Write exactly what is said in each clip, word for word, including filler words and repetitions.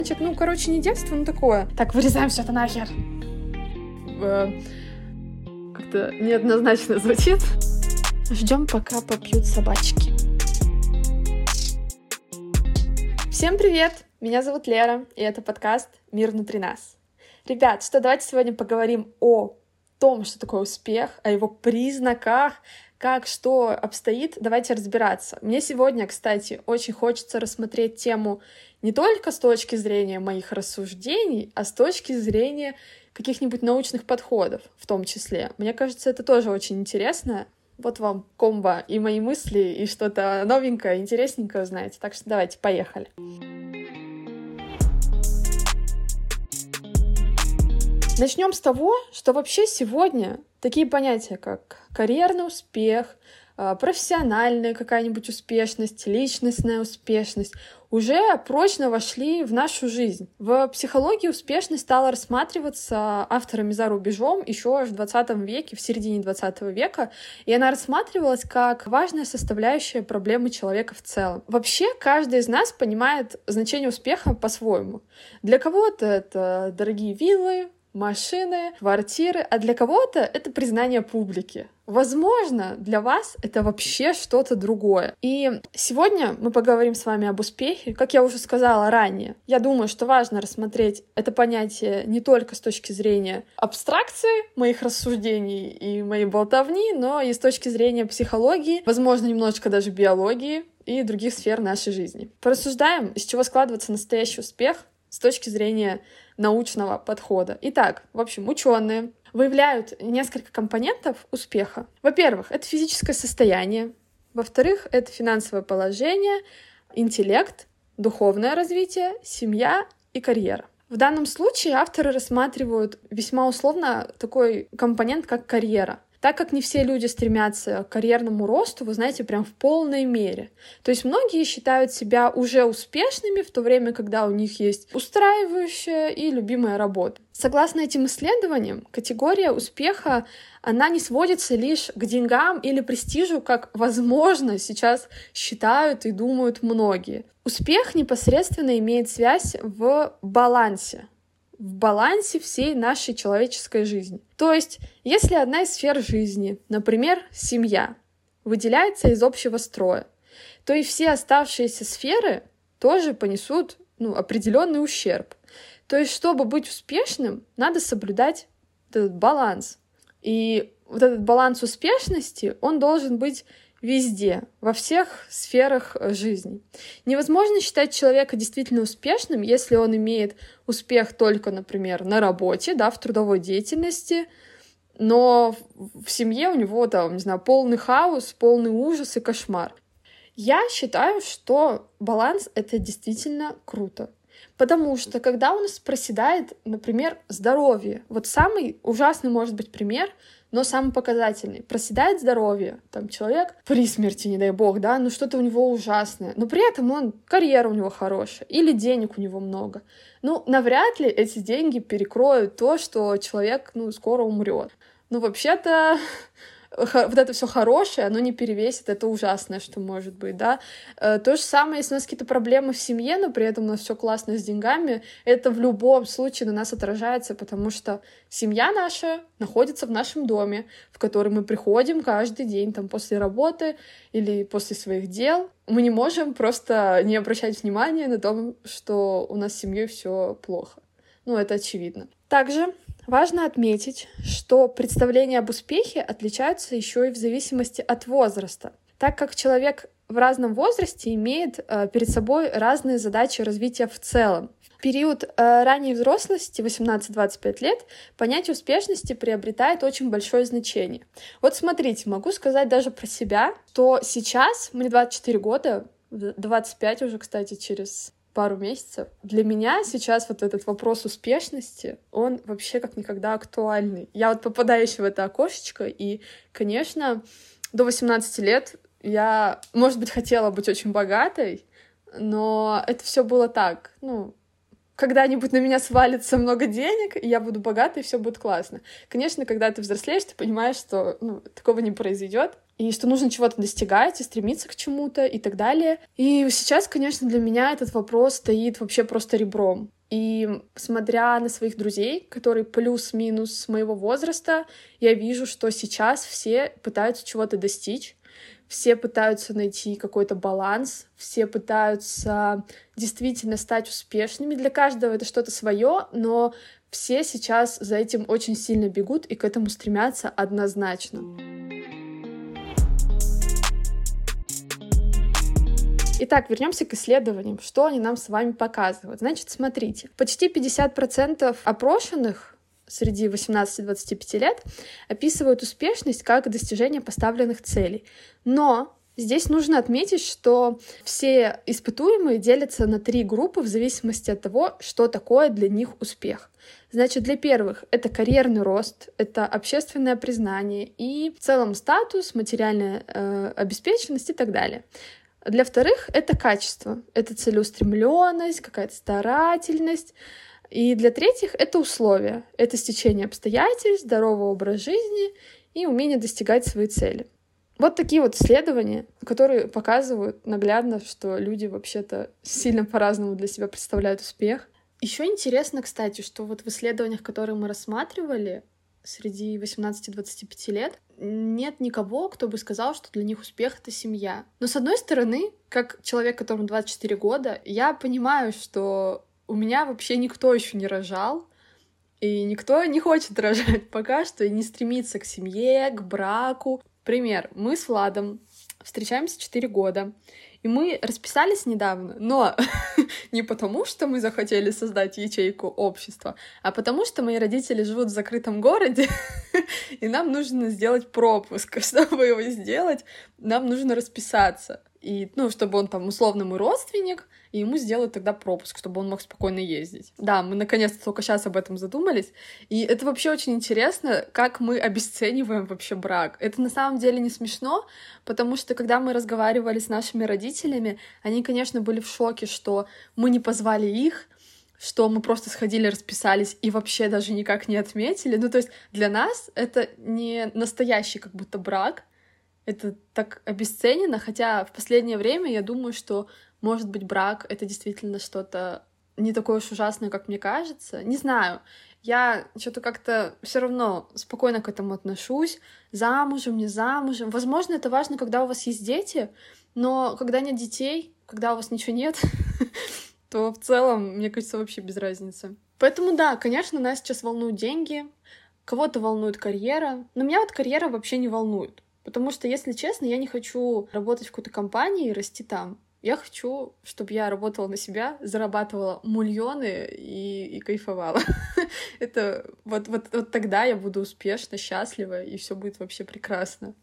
Ну, короче, не детство, но такое. Так, вырезаем все это нахер. Как-то неоднозначно звучит. Ждем, пока попьют собачки. Всем привет! Меня зовут Лера, и это подкаст «Мир внутри нас». Ребят, что давайте сегодня поговорим о том, что такое успех, о его признаках, как что обстоит. Давайте разбираться. Мне сегодня, кстати, очень хочется рассмотреть тему не только с точки зрения моих рассуждений, а с точки зрения каких-нибудь научных подходов в том числе. Мне кажется, это тоже очень интересно. Вот вам комбо и мои мысли, и что-то новенькое, интересненькое узнаете. Так что давайте, поехали. Начнем с того, что вообще сегодня такие понятия, как карьерный успех, профессиональная какая-нибудь успешность, личностная успешность уже прочно вошли в нашу жизнь. В психологии успешность стала рассматриваться авторами за рубежом еще в двадцатом веке, в середине двадцатого века, и она рассматривалась как важная составляющая проблемы человека в целом. Вообще, каждый из нас понимает значение успеха по-своему. Для кого-то это дорогие виллы, машины, квартиры, а для кого-то это признание публики. Возможно, для вас это вообще что-то другое. И сегодня мы поговорим с вами об успехе. Как я уже сказала ранее, я думаю, что важно рассмотреть это понятие не только с точки зрения абстракции моих рассуждений и моей болтовни, но и с точки зрения психологии, возможно, немножечко даже биологии и других сфер нашей жизни. Порассуждаем, из чего складывается настоящий успех с точки зрения научного подхода. Итак, в общем, ученые выявляют несколько компонентов успеха. Во-первых, это физическое состояние. Во-вторых, это финансовое положение, интеллект, духовное развитие, семья и карьера. В данном случае авторы рассматривают весьма условно такой компонент, как карьера. Так как не все люди стремятся к карьерному росту, вы знаете, прям в полной мере. То есть многие считают себя уже успешными, в то время, когда у них есть устраивающая и любимая работа. Согласно этим исследованиям, категория успеха, она не сводится лишь к деньгам или престижу, как, возможно, сейчас считают и думают многие. Успех непосредственно имеет связь в балансе. в балансе всей нашей человеческой жизни. То есть, если одна из сфер жизни, например, семья, выделяется из общего строя, то и все оставшиеся сферы тоже понесут ну, определенный ущерб. То есть, чтобы быть успешным, надо соблюдать этот баланс. И вот этот баланс успешности, он должен быть везде, во всех сферах жизни. Невозможно считать человека действительно успешным, если он имеет успех только, например, на работе, да, в трудовой деятельности, но в семье у него там, не знаю, полный хаос, полный ужас и кошмар. Я считаю, что баланс — это действительно круто. Потому что когда у нас проседает, например, здоровье, вот самый ужасный может быть пример, но самый показательный. Проседает здоровье, там человек при смерти, не дай бог, да, но что-то у него ужасное, но при этом он, карьера у него хорошая, или денег у него много. Ну, навряд ли эти деньги перекроют то, что человек, ну, скоро умрет. Ну, вообще-то, вот это все хорошее, оно не перевесит это ужасное, что может быть, да. То же самое, если у нас какие-то проблемы в семье, но при этом у нас все классно с деньгами, это в любом случае на нас отражается, потому что семья наша находится в нашем доме, в который мы приходим каждый день, там, после работы или после своих дел. Мы не можем просто не обращать внимания на то, что у нас с семьей все плохо. Ну, это очевидно. Также важно отметить, что представления об успехе отличаются еще и в зависимости от возраста, так как человек в разном возрасте имеет э, перед собой разные задачи развития в целом. В период э, ранней взрослости, восемнадцать-двадцать пять лет, понятие успешности приобретает очень большое значение. Вот смотрите, могу сказать даже про себя, что сейчас, мне двадцать четыре года, двадцать пять уже, кстати, через пару месяцев. Для меня сейчас вот этот вопрос успешности, он вообще как никогда актуальный. Я вот попадаю еще в это окошечко, и, конечно, до восемнадцати лет я, может быть, хотела быть очень богатой, но это все было так, ну, когда-нибудь на меня свалится много денег, и я буду богатой, и все будет классно. Конечно, когда ты взрослеешь, ты понимаешь, что ну, такого не произойдет. и что нужно чего-то достигать и стремиться к чему-то и так далее. И сейчас, конечно, для меня этот вопрос стоит вообще просто ребром. И смотря на своих друзей, которые плюс-минус с моего возраста, я вижу, что сейчас все пытаются чего-то достичь, все пытаются найти какой-то баланс, все пытаются действительно стать успешными. Для каждого это что-то свое, но все сейчас за этим очень сильно бегут и к этому стремятся однозначно. Итак, вернемся к исследованиям. Что они нам с вами показывают? Значит, смотрите, почти пятьдесят процентов опрошенных среди восемнадцати-двадцати пяти лет описывают успешность как достижение поставленных целей. Но здесь нужно отметить, что все испытуемые делятся на три группы в зависимости от того, что такое для них успех. Значит, для первых это карьерный рост, это общественное признание и в целом статус, материальная э, обеспеченность и так далее. Для вторых это качество, это целеустремленность, какая-то старательность. И для третьих это условия, это стечение обстоятельств, здоровый образ жизни и умение достигать свои цели. Вот такие вот исследования, которые показывают наглядно, что люди вообще-то сильно по-разному для себя представляют успех. Еще интересно, кстати, что вот в исследованиях, которые мы рассматривали, среди восемнадцати-двадцати пяти лет, нет никого, кто бы сказал, что для них успех — это семья. Но, с одной стороны, как человек, которому двадцать четыре года, я понимаю, что у меня вообще никто еще не рожал, и никто не хочет рожать пока что, и не стремится к семье, к браку. Пример. Мы с Владом встречаемся четыре года, и мы расписались недавно, но не потому, что мы захотели создать ячейку общества, а потому, что мои родители живут в закрытом городе, и нам нужно сделать пропуск. Чтобы его сделать, нам нужно расписаться. И, ну, чтобы он там условно мой родственник, и ему сделают тогда пропуск, чтобы он мог спокойно ездить. Да, мы наконец-то только сейчас об этом задумались. И это вообще очень интересно, как мы обесцениваем вообще брак. Это на самом деле не смешно, потому что когда мы разговаривали с нашими родителями, они, конечно, были в шоке, что мы не позвали их, что мы просто сходили, расписались и вообще даже никак не отметили. Ну, то есть для нас это не настоящий как будто брак, это так обесценено, хотя в последнее время я думаю, что, может быть, брак — это действительно что-то не такое уж ужасное, как мне кажется. Не знаю, я что-то как-то все равно спокойно к этому отношусь. Замужем, не замужем. Возможно, это важно, когда у вас есть дети, но когда нет детей, когда у вас ничего нет, то в целом, мне кажется, вообще без разницы. Поэтому да, конечно, нас сейчас волнуют деньги, кого-то волнует карьера, но меня вот карьера вообще не волнует. Потому что, если честно, я не хочу работать в какой-то компании и расти там. Я хочу, чтобы я работала на себя, зарабатывала миллионы и, и кайфовала. Это вот, вот, вот тогда я буду успешна, счастлива, и все будет вообще прекрасно.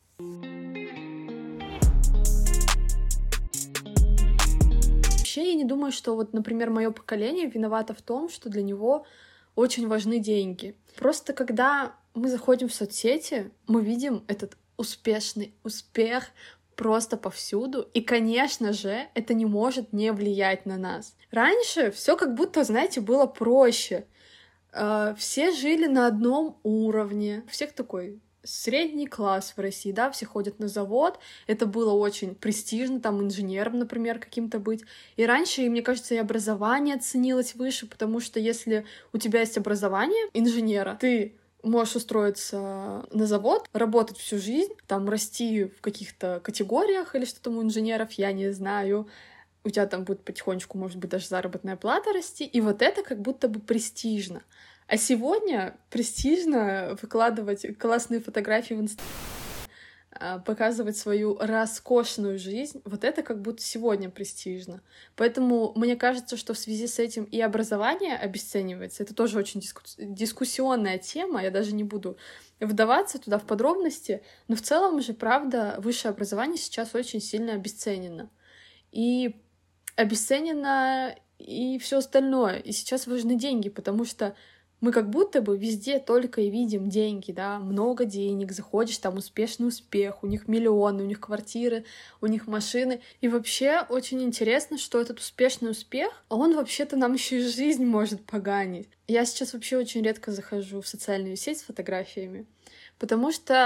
Вообще, я не думаю, что вот, например, мое поколение виновато в том, что для него очень важны деньги. Просто когда мы заходим в соцсети, мы видим этот успешный успех просто повсюду. И, конечно же, это не может не влиять на нас. Раньше все как будто, знаете, было проще. Все жили на одном уровне. У всех такой средний класс в России, да, все ходят на завод. Это было очень престижно, там, инженером, например, каким-то быть. И раньше, мне кажется, и образование ценилось выше, потому что если у тебя есть образование инженера, ты можешь устроиться на завод, работать всю жизнь, там расти в каких-то категориях или что там у инженеров, я не знаю. У тебя там будет потихонечку, может быть, даже заработная плата расти. И вот это как будто бы престижно. А сегодня престижно выкладывать классные фотографии в Инстаграм, показывать свою роскошную жизнь, вот это как будто сегодня престижно. Поэтому мне кажется, что в связи с этим и образование обесценивается. Это тоже очень диску... дискуссионная тема, я даже не буду вдаваться туда в подробности, но в целом же, правда, высшее образование сейчас очень сильно обесценено. И обесценено и все остальное. И сейчас важны деньги, потому что мы как будто бы везде только и видим деньги, да, много денег, заходишь, там успешный успех, у них миллионы, у них квартиры, у них машины. И вообще очень интересно, что этот успешный успех, он вообще-то нам еще и жизнь может поганить. Я сейчас вообще очень редко захожу в социальную сеть с фотографиями, потому что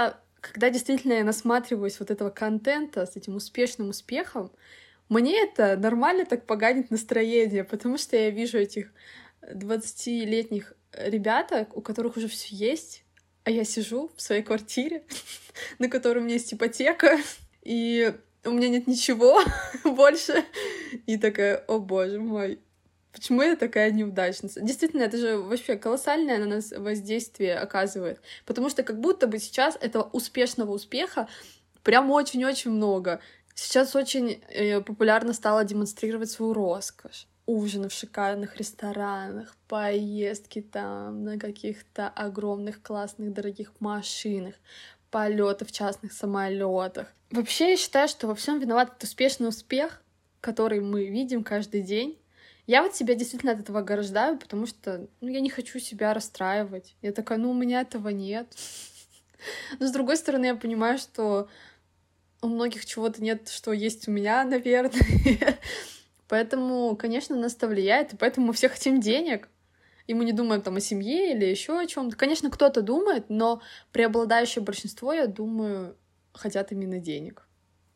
когда действительно я насматриваюсь вот этого контента с этим успешным успехом, мне это нормально так поганит настроение, потому что я вижу этих двадцатилетних ребяток, у которых уже все есть, а я сижу в своей квартире, на которой у меня есть ипотека, и у меня нет ничего больше. И такая: о боже мой, почему я такая неудачница? Действительно, это же вообще колоссальное на нас воздействие оказывает, потому что как будто бы сейчас этого успешного успеха прям очень-очень много. Сейчас очень э, популярно стало демонстрировать свою роскошь. Ужины в шикарных ресторанах, поездки там на каких-то огромных, классных, дорогих машинах, полеты в частных самолетах. Вообще, я считаю, что во всем виноват этот успешный успех, который мы видим каждый день. Я вот себя действительно от этого ограждаю, потому что ну, я не хочу себя расстраивать. Я такая: ну, у меня этого нет. Но, с другой стороны, я понимаю, что у многих чего-то нет, что есть у меня, наверное. Поэтому, конечно, нас это влияет, и поэтому мы все хотим денег, и мы не думаем там о семье или еще о чем-то. Конечно, кто-то думает, но преобладающее большинство, я думаю, хотят именно денег.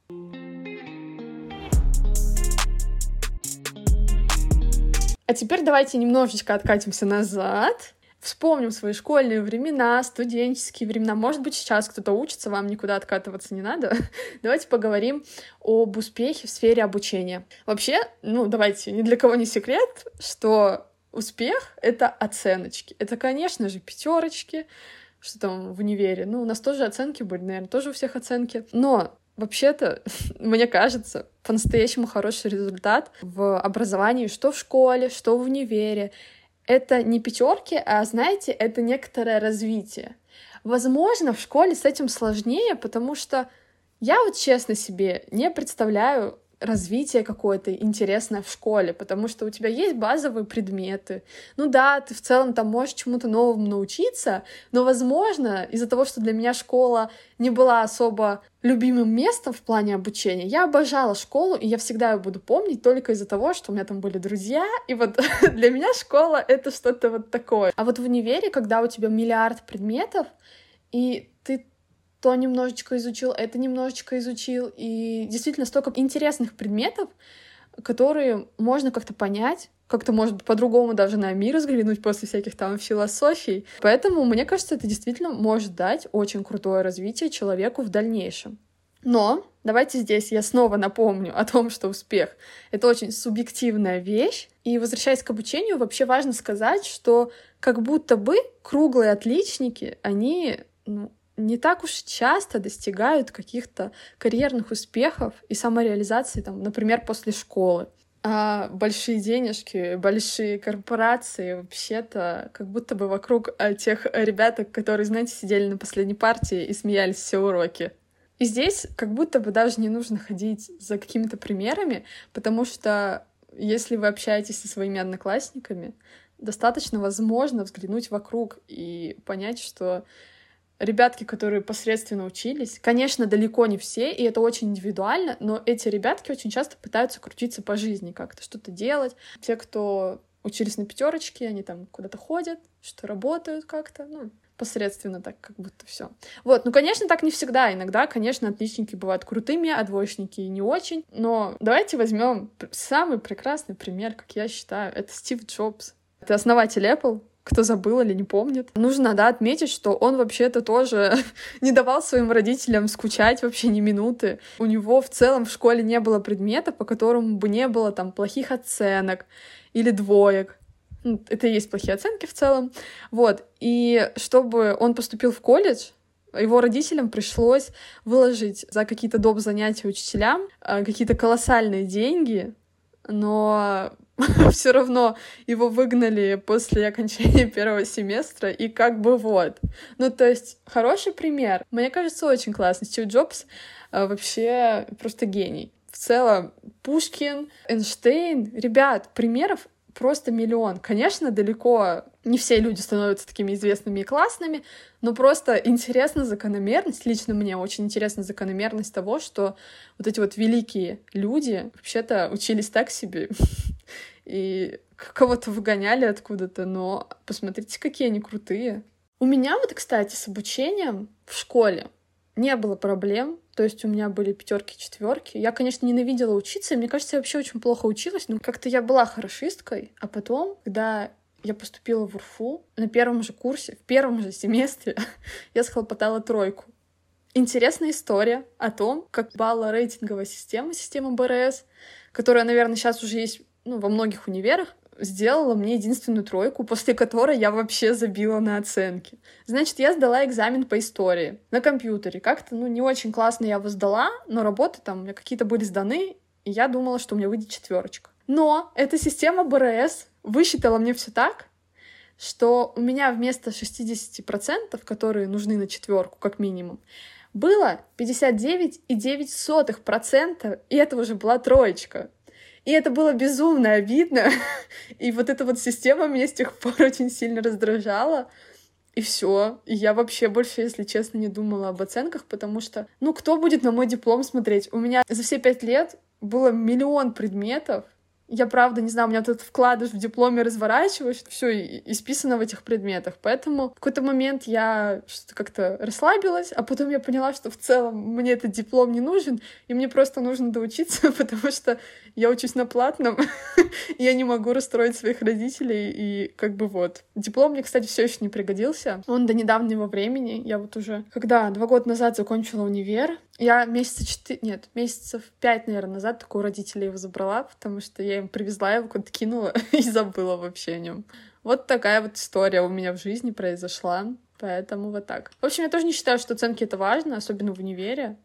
А теперь давайте немножечко откатимся назад. Вспомним свои школьные времена, студенческие времена. Может быть, сейчас кто-то учится, вам никуда откатываться не надо. Давайте поговорим об успехе в сфере обучения. Вообще, ну, давайте, ни для кого не секрет, что успех — это оценочки. Это, конечно же, пятерочки, что там в универе. Ну, у нас тоже оценки были, наверное, тоже у всех оценки. Но вообще-то, мне кажется, по-настоящему хороший результат в образовании, что в школе, что в универе. Это не пятерки, а, знаете, это некоторое развитие. Возможно, в школе с этим сложнее, потому что я вот честно себе не представляю развитие какое-то интересное в школе, потому что у тебя есть базовые предметы. Ну да, ты в целом там можешь чему-то новому научиться, но, возможно, из-за того, что для меня школа не была особо любимым местом в плане обучения, я обожала школу, и я всегда ее буду помнить только из-за того, что у меня там были друзья, и вот для меня школа — это что-то вот такое. А вот в универе, когда у тебя миллиард предметов, и ты то немножечко изучил, это немножечко изучил, и действительно столько интересных предметов, которые можно как-то понять, как-то, может быть, по-другому даже на мир взглянуть после всяких там философий. Поэтому, мне кажется, это действительно может дать очень крутое развитие человеку в дальнейшем. Но давайте здесь я снова напомню о том, что успех — это очень субъективная вещь. И, возвращаясь к обучению, вообще важно сказать, что как будто бы круглые отличники, они, ну, не так уж часто достигают каких-то карьерных успехов и самореализации, там, например, после школы. А большие денежки, большие корпорации вообще-то как будто бы вокруг тех ребяток, которые, знаете, сидели на последней партии и смеялись все уроки. И здесь как будто бы даже не нужно ходить за какими-то примерами, потому что если вы общаетесь со своими одноклассниками, достаточно, возможно, взглянуть вокруг и понять, что ребятки, которые посредственно учились, конечно, далеко не все, и это очень индивидуально, но эти ребятки очень часто пытаются крутиться по жизни, как-то что-то делать. Те, кто учились на пятерочке, они там куда-то ходят, что работают как-то, ну, посредственно так, как будто все. Вот, ну, конечно, так не всегда. Иногда, конечно, отличники бывают крутыми, а двоечники не очень. Но давайте возьмем самый прекрасный пример, как я считаю, это Стив Джобс. Это основатель Apple. Кто забыл или не помнит. Нужно, да, отметить, что он вообще-то тоже не давал своим родителям скучать вообще ни минуты. У него в целом в школе не было предмета, по которому бы не было там плохих оценок или двоек. Это и есть плохие оценки в целом. Вот. И чтобы он поступил в колледж, его родителям пришлось выложить за какие-то доп. Занятия учителям какие-то колоссальные деньги, но все равно его выгнали после окончания первого семестра, и как бы вот. Ну, то есть, хороший пример. Мне кажется, очень классный. Стив Джобс а, вообще просто гений. В целом, Пушкин, Эйнштейн, ребят, примеров просто миллион. Конечно, далеко не все люди становятся такими известными и классными, но просто интересна закономерность, лично мне очень интересна закономерность того, что вот эти вот великие люди вообще-то учились так себе, и кого-то выгоняли откуда-то, но посмотрите, какие они крутые. У меня вот, кстати, с обучением в школе не было проблем, то есть у меня были пятерки, четверки. Я, конечно, ненавидела учиться, и мне кажется, я вообще очень плохо училась, но как-то я была хорошисткой, а потом, когда я поступила в УрФУ, на первом же курсе, в первом же семестре я схлопотала тройку. Интересная история о том, как балло-рейтинговая система, система БРС, которая, наверное, сейчас уже есть ну, во многих универах, сделала мне единственную тройку, после которой я вообще забила на оценки. Значит, я сдала экзамен по истории на компьютере. Как-то, ну, не очень классно я его сдала, но работы там у меня какие-то были сданы, и я думала, что у меня выйдет четверочка. Но эта система БРС высчитала мне все так, что у меня вместо шестьдесят процентов, которые нужны на четверку, как минимум, было пятьдесят девять целых девять сотых процента, и это уже была троечка. И это было безумно обидно. И вот эта вот система меня с тех пор очень сильно раздражала. И все. И я вообще больше, если честно, не думала об оценках, потому что, ну, кто будет на мой диплом смотреть? У меня за все пять лет было миллион предметов. Я, правда, не знаю, у меня тут вкладыш в дипломе разворачиваешь, все исписано в этих предметах. Поэтому в какой-то момент я что-то как-то расслабилась, а потом я поняла, что в целом мне этот диплом не нужен, и мне просто нужно доучиться, потому что я учусь на платном, и я не могу расстроить своих родителей, и как бы вот. Диплом мне, кстати, все еще не пригодился. Он до недавнего времени, я вот уже, когда два года назад закончила универ, я месяца четыре, нет, месяцев пять, наверное, назад только у родителей его забрала, потому что я им привезла его, куда-то кинула и забыла вообще о нем. Вот такая вот история у меня в жизни произошла, поэтому вот так. В общем, я тоже не считаю, что оценки — это важно, особенно в универе.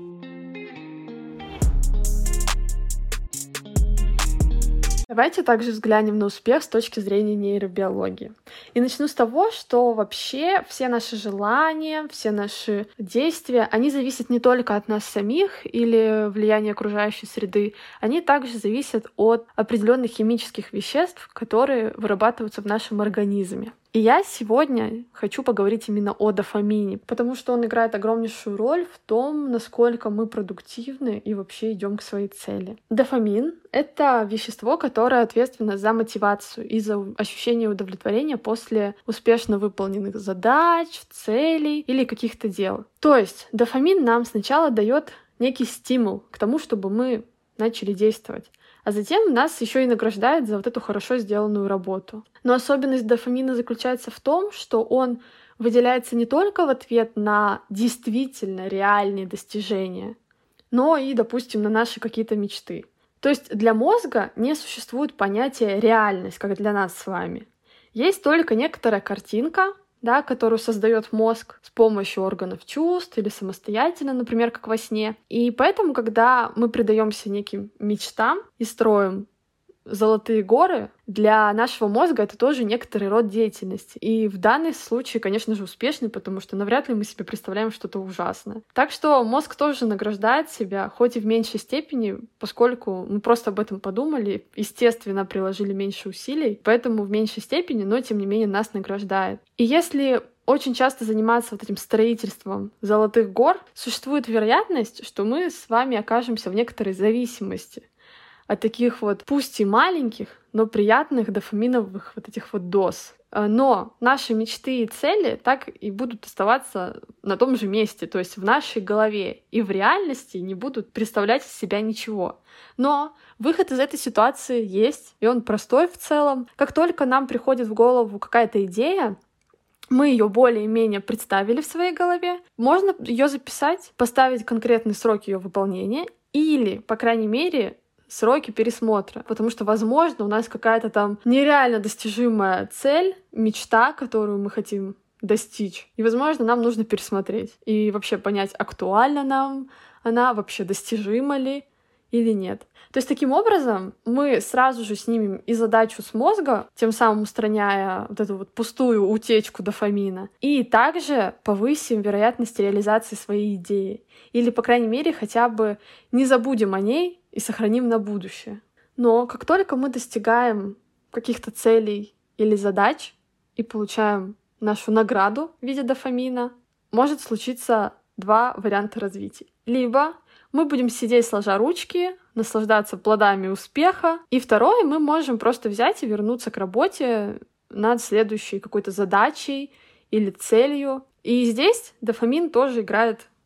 Давайте также взглянем на успех с точки зрения нейробиологии. И начну с того, что вообще все наши желания, все наши действия, они зависят не только от нас самих или влияния окружающей среды, они также зависят от определенных химических веществ, которые вырабатываются в нашем организме. И я сегодня хочу поговорить именно о дофамине, потому что он играет огромнейшую роль в том, насколько мы продуктивны и вообще идем к своей цели. Дофамин — это вещество, которое ответственно за мотивацию и за ощущение удовлетворения после успешно выполненных задач, целей или каких-то дел. То есть дофамин нам сначала дает некий стимул к тому, чтобы мы начали действовать. А затем нас еще и награждает за вот эту хорошо сделанную работу. Но особенность дофамина заключается в том, что он выделяется не только в ответ на действительно реальные достижения, но и, допустим, на наши какие-то мечты. То есть для мозга не существует понятия реальность, как для нас с вами. Есть только некоторая картинка, да, которую создает мозг с помощью органов чувств или самостоятельно, например, как во сне. И поэтому, когда мы предаемся неким мечтам и строим золотые горы, для нашего мозга это тоже некоторый род деятельности. И в данном случае, конечно же, успешный, потому что навряд ли мы себе представляем что-то ужасное. Так что мозг тоже награждает себя, хоть и в меньшей степени, поскольку мы просто об этом подумали, естественно, приложили меньше усилий, поэтому в меньшей степени, но тем не менее нас награждает. И если очень часто заниматься вот этим строительством золотых гор, существует вероятность, что мы с вами окажемся в некоторой зависимости от таких вот, пусть и маленьких, но приятных дофаминовых вот этих вот доз. Но наши мечты и цели так и будут оставаться на том же месте, то есть в нашей голове, и в реальности не будут представлять из себя ничего. Но выход из этой ситуации есть, и он простой в целом. Как только нам приходит в голову какая-то идея, мы ее более-менее представили в своей голове, можно ее записать, поставить конкретный срок ее выполнения или, по крайней мере, сроки пересмотра, потому что, возможно, у нас какая-то там нереально достижимая цель, мечта, которую мы хотим достичь, и, возможно, нам нужно пересмотреть и вообще понять, актуальна нам она, вообще достижима ли или нет. То есть таким образом мы сразу же снимем и задачу с мозга, тем самым устраняя вот эту вот пустую утечку дофамина, и также повысим вероятность реализации своей идеи. Или, по крайней мере, хотя бы не забудем о ней и сохраним на будущее. Но как только мы достигаем каких-то целей или задач и получаем нашу награду в виде дофамина, может случиться два варианта развития. Либо мы будем сидеть сложа ручки, наслаждаться плодами успеха. И второе, мы можем просто взять и вернуться к работе над следующей какой-то задачей или целью. И здесь дофамин тоже играет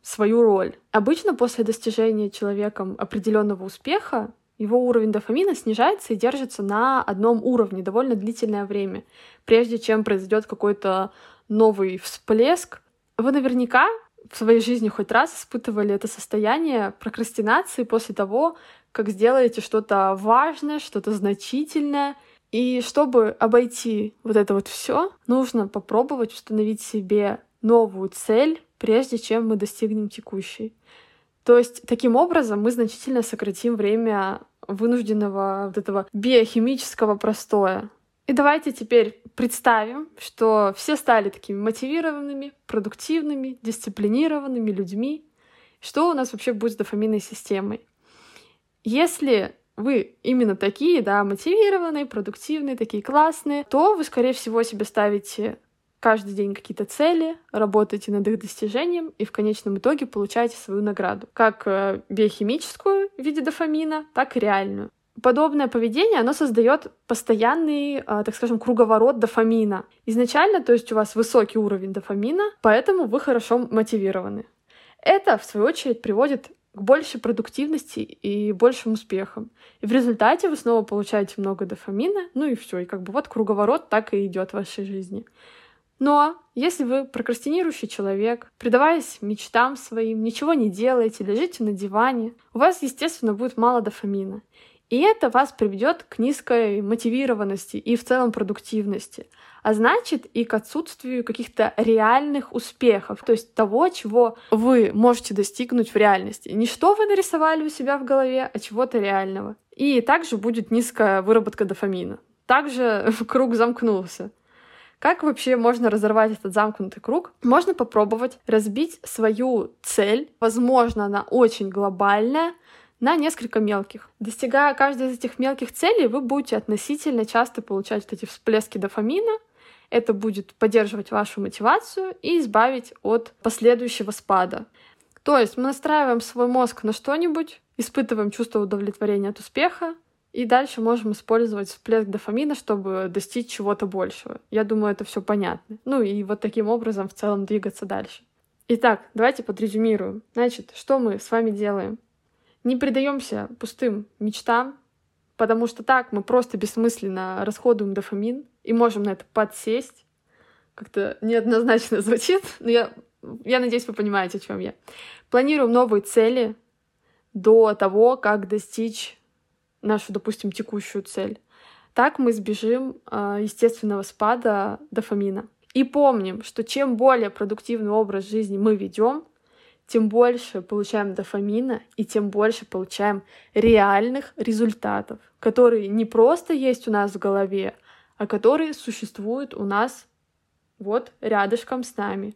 свою роль. Обычно после достижения человеком определенного успеха его уровень дофамина снижается и держится на одном уровне довольно длительное время, прежде чем произойдет какой-то новый всплеск. Вы наверняка в своей жизни хоть раз испытывали это состояние прокрастинации после того, как сделаете что-то важное, что-то значительное. И чтобы обойти вот это вот все, нужно попробовать установить себе новую цель, прежде чем мы достигнем текущей. То есть таким образом мы значительно сократим время вынужденного вот этого биохимического простоя. И давайте теперь представим, что все стали такими мотивированными, продуктивными, дисциплинированными людьми. Что у нас вообще будет с дофаминной системой? Если вы именно такие, да, мотивированные, продуктивные, такие классные, то вы, скорее всего, себе ставите каждый день какие-то цели, работаете над их достижением и в конечном итоге получаете свою награду. Как биохимическую в виде дофамина, так и реальную. Подобное поведение, оно создает постоянный, так скажем, круговорот дофамина. Изначально, то есть у вас высокий уровень дофамина, поэтому вы хорошо мотивированы. Это, в свою очередь, приводит к большей продуктивности и большим успехам. И в результате вы снова получаете много дофамина, ну и все. И как бы вот круговорот так и идет в вашей жизни. Но если вы прокрастинирующий человек, предаваясь мечтам своим, ничего не делаете, лежите на диване, у вас, естественно, будет мало дофамина. И это вас приведет к низкой мотивированности и в целом продуктивности. А значит, и к отсутствию каких-то реальных успехов, то есть того, чего вы можете достигнуть в реальности. Не что вы нарисовали у себя в голове, а чего-то реального. И также будет низкая выработка дофамина. Также круг замкнулся. Как вообще можно разорвать этот замкнутый круг? Можно попробовать разбить свою цель, возможно, она очень глобальная, на несколько мелких. Достигая каждой из этих мелких целей, вы будете относительно часто получать вот эти всплески дофамина. Это будет поддерживать вашу мотивацию и избавить от последующего спада. То есть мы настраиваем свой мозг на что-нибудь, испытываем чувство удовлетворения от успеха, и дальше можем использовать всплеск дофамина, чтобы достичь чего-то большего. Я думаю, это все понятно. Ну и вот таким образом в целом двигаться дальше. Итак, давайте подрезюмируем. Значит, что мы с вами делаем? Не предаемся пустым мечтам, потому что так мы просто бессмысленно расходуем дофамин и можем на это подсесть. Как-то неоднозначно звучит, но я, я надеюсь, вы понимаете, о чем я. Планируем новые цели до того, как достичь нашу, допустим, текущую цель. Так мы избежим э, естественного спада дофамина. И помним, что чем более продуктивный образ жизни мы ведем, тем больше получаем дофамина и тем больше получаем реальных результатов, которые не просто есть у нас в голове, а которые существуют у нас вот рядышком с нами.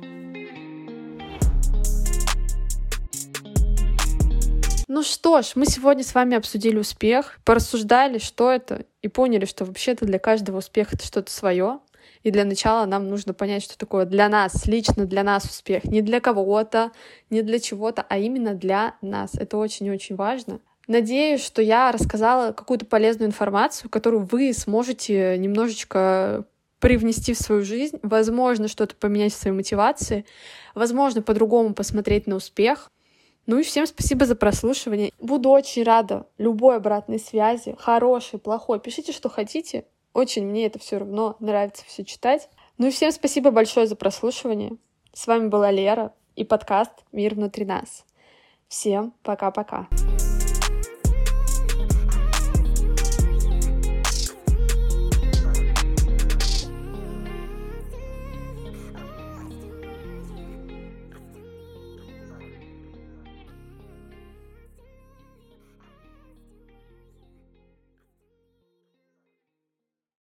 Ну что ж, мы сегодня с вами обсудили успех, порассуждали, что это, и поняли, что вообще-то для каждого успех это что-то свое. И для начала нам нужно понять, что такое для нас, лично для нас успех. Не для кого-то, не для чего-то, а именно для нас. Это очень-очень важно. Надеюсь, что я рассказала какую-то полезную информацию, которую вы сможете немножечко привнести в свою жизнь. Возможно, что-то поменять в своей мотивации. Возможно, по-другому посмотреть на успех. Ну и всем спасибо за прослушивание. Буду очень рада любой обратной связи, хорошей, плохой. Пишите, что хотите. Очень мне это все равно нравится все читать. Ну и всем спасибо большое за прослушивание. С вами была Лера и подкаст «Мир внутри нас». Всем пока-пока.